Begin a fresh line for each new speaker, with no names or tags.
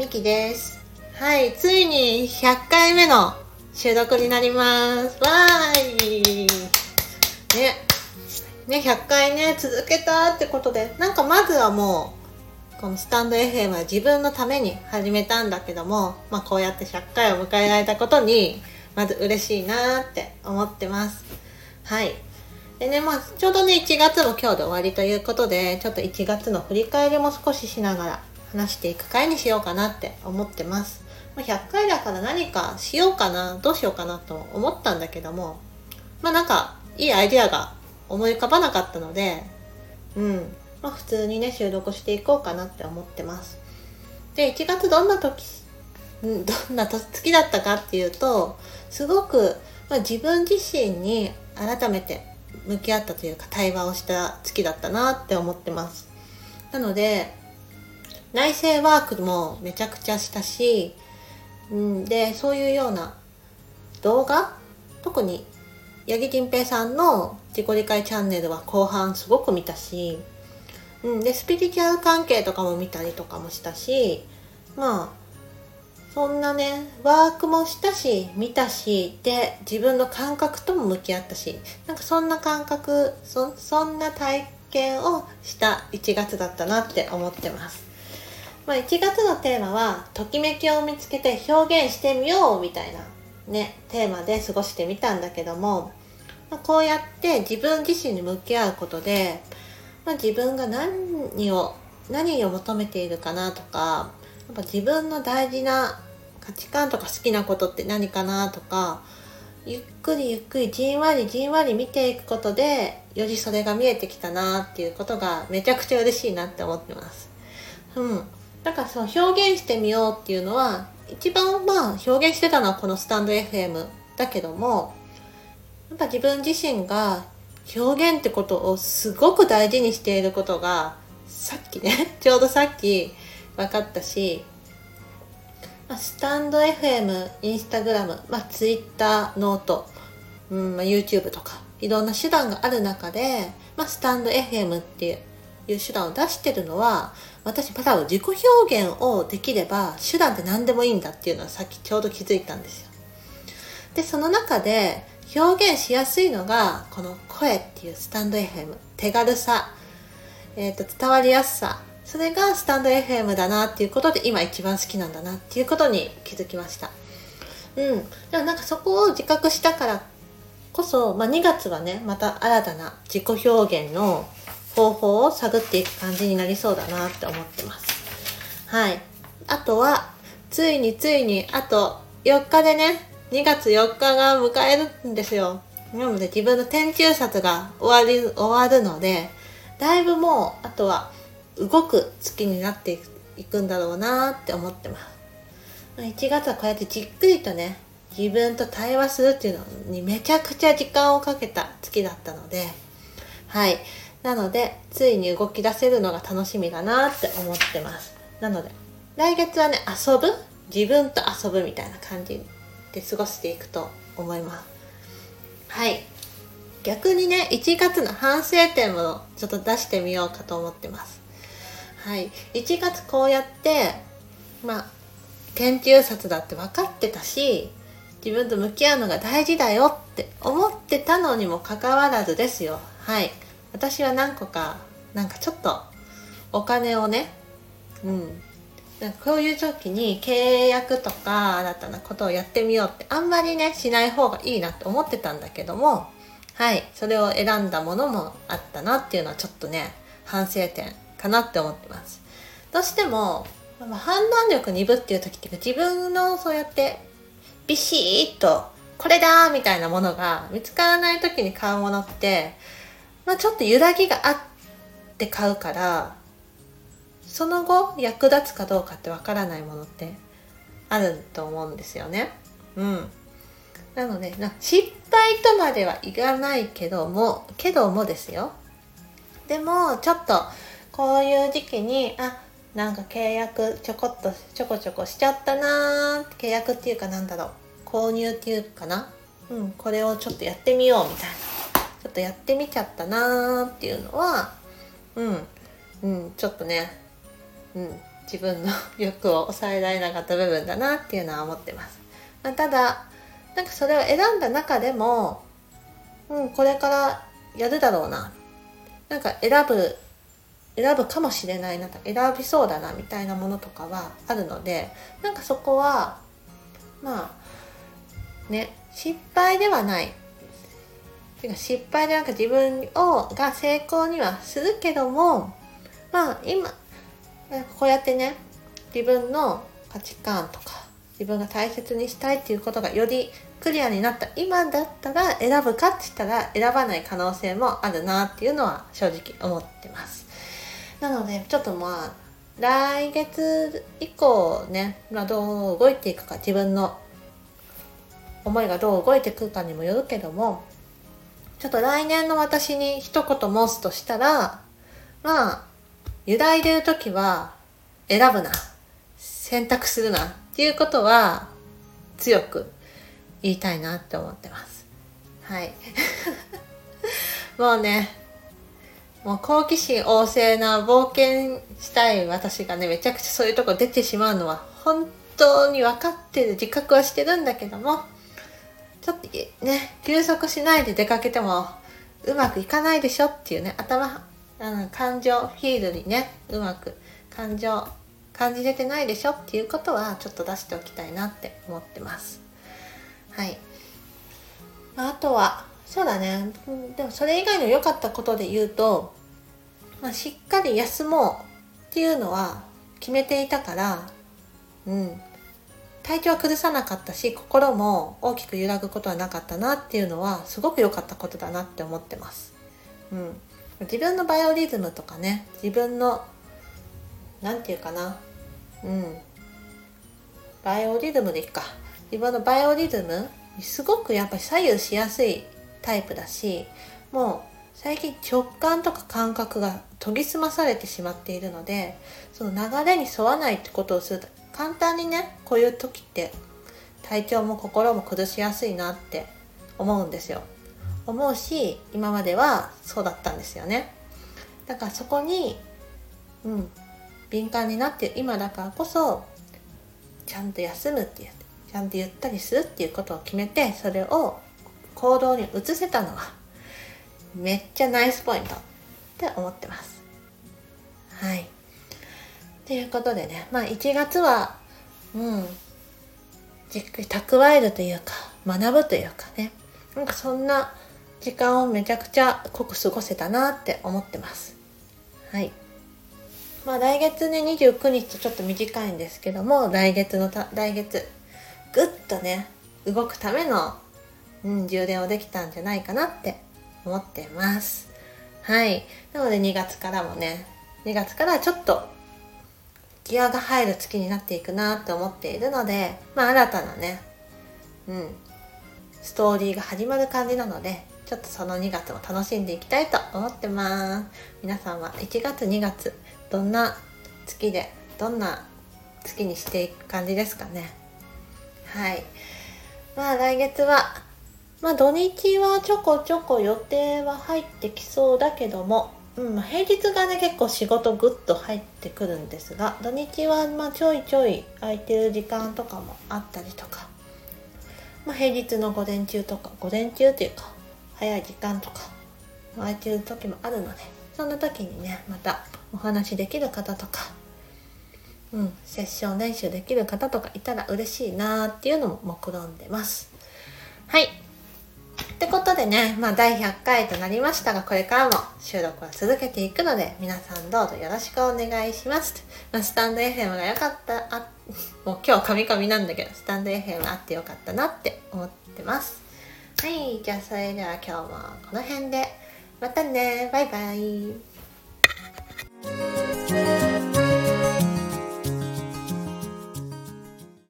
きです。はい、ついに100回目の収録になります。わーいね、100回ね続けたってことで、なんかまずはもうこのスタンド FM は自分のために始めたんだけども、こうやって100回を迎えられたことにまず嬉しいなって思ってます。はい。でね、ちょうどね1月も今日で終わりということで、ちょっと1月の振り返りも少ししながら話していく回にしようかなって思ってます。100回だから何かしようかな、どうしようかなと思ったんだけども、なんかいいアイデアが思い浮かばなかったので、普通にね収録していこうかなって思ってます。で、1月どんな月だったかっていうと、すごく、自分自身に改めて向き合ったというか対話をした月だったなって思ってます。なので内省ワークもめちゃくちゃしたし、でそういうような動画、特に八木仁平さんの自己理解チャンネルは後半すごく見たし、でスピリチュアル関係とかも見たりとかもしたし、そんなねワークもしたし見たし、で自分の感覚とも向き合ったし、なんかそんな感覚、そんな体験をした1月だったなって思ってます。1月のテーマはときめきを見つけて表現してみようみたいなねテーマで過ごしてみたんだけども、こうやって自分自身に向き合うことで、自分が何を求めているかなとか、やっぱ自分の大事な価値観とか好きなことって何かなとか、ゆっくりじんわり見ていくことでよりそれが見えてきたなっていうことがめちゃくちゃ嬉しいなって思ってます。だからその表現してみようっていうのは、一番表現してたのはこのスタンド FM だけども、やっぱ自分自身が表現ってことをすごく大事にしていることがちょうどさっき分かったし、スタンド FM、インスタグラム、ツイッター、ノート、YouTube とかいろんな手段がある中で、スタンド FM っていう手段を出してるのは、私まだ自己表現をできれば手段って何でもいいんだっていうのはさっきちょうど気づいたんですよ。でその中で表現しやすいのがこの声っていうスタンド FM、 手軽さ、伝わりやすさ、それがスタンド FM だなっていうことで、今一番好きなんだなっていうことに気づきました。でもなんかそこを自覚したからこそ、2月はねまた新たな自己表現の方法を探っていく感じになりそうだなって思ってます。はい。あとはついにあと4日でね、2月4日が迎えるんですよ。なので自分の天中殺が終わるので、だいぶもうあとは動く月になっていくんだろうなって思ってます。1月はこうやってじっくりとね自分と対話するっていうのにめちゃくちゃ時間をかけた月だったので、はい。なのでついに動き出せるのが楽しみだなって思ってます。なので来月はね自分と遊ぶみたいな感じで過ごしていくと思います。はい。逆にね1月の反省点もちょっと出してみようかと思ってます。はい。1月こうやって天中殺だって分かってたし、自分と向き合うのが大事だよって思ってたのにもかかわらずですよ。はい。私は何個かちょっとお金をね、こういう時に契約とか新たなことをやってみようってあんまりねしない方がいいなって思ってたんだけども、はい、それを選んだものもあったなっていうのはちょっとね反省点かなって思ってます。どうしても判断力鈍っていう時っていうか、自分のそうやってビシッとこれだみたいなものが見つからない時に買うものってちょっと揺らぎがあって買うから、その後役立つかどうかってわからないものってあると思うんですよね。なので失敗とまではいかないけどもですよ。でもちょっとこういう時期に契約ちょこちょこしちゃったな、契約っていうか購入っていうかな、これをちょっとやってみようみたいな、ちょっとやってみちゃったなっていうのはちょっとね自分の欲を抑えられなかった部分だなっていうのは思ってます。ただなんかそれを選んだ中でも、これからやるだろうな、なんか選ぶかもしれないなと、選びそうだなみたいなものとかはあるので、なんかそこはまあね、失敗ではない、失敗でなんか自分が成功にはするけども、今こうやってね、自分の価値観とか自分が大切にしたいっていうことがよりクリアになった今だったら、選ぶかって言ったら選ばない可能性もあるなっていうのは正直思ってます。なのでちょっと来月以降ね、どう動いていくか、自分の思いがどう動いてくるかにもよるけども、ちょっと来年の私に一言申すとしたら、揺らいでる時は選ぶな、選択するなっていうことは強く言いたいなって思ってます。はいもうね、好奇心旺盛な冒険したい私がね、めちゃくちゃそういうとこ出てしまうのは本当に分かってる、自覚はしてるんだけども、ちょっとね、休息しないで出かけてもうまくいかないでしょっていうね、感情フィールにね、うまく感情感じれてないでしょっていうことはちょっと出しておきたいなって思ってます。はい。あとはそうだね、でもそれ以外の良かったことで言うと、しっかり休もうっていうのは決めていたから、体調は崩さなかったし、心も大きく揺らぐことはなかったなっていうのはすごく良かったことだなって思ってます。自分のバイオリズムとかね、自分のなんていうかな、バイオリズムでいいか、自分のバイオリズムすごくやっぱり左右しやすいタイプだし、もう最近直感とか感覚が研ぎ澄まされてしまっているので、その流れに沿わないってことをすると簡単にね、こういう時って体調も心も崩しやすいなって思うんですよ。思うし、今まではそうだったんですよね。だからそこに敏感になって今だからこそ、ちゃんと休むっていう、ちゃんとゆったりするっていうことを決めて、それを行動に移せたのはめっちゃナイスポイントって思ってます。はい。ということでね、1月はじっくり蓄えるというか、学ぶというかね、なんかそんな時間をめちゃくちゃ濃く過ごせたなって思ってます。はい。来月ね、29日とちょっと短いんですけども、来月ぐっとね動くための、充電をできたんじゃないかなって思ってます。はい。なので2月からちょっとギアが入る月になっていくなって思っているので、新たなね、ストーリーが始まる感じなので、ちょっとその2月も楽しんでいきたいと思ってます。皆さんは1月2月どんな月にしていく感じですかね。はい。来月は土日はちょこちょこ予定は入ってきそうだけども、平日がね結構仕事ぐっと入ってくるんですが、土日はちょいちょい空いてる時間とかもあったりとか、平日の午前中っていうか早い時間とか空いてる時もあるので、そんな時にねまたお話できる方とか、セッション練習できる方とかいたら嬉しいなっていうのも目論んでます。はい。ってことでね、第100回となりましたが、これからも収録は続けていくので、皆さんどうぞよろしくお願いします。スタンド FM が良かったもう今日カミカミなんだけど、スタンド FM あってよかったなって思ってます。はい。じゃあそれでは今日もこの辺で、またね、バイバイ。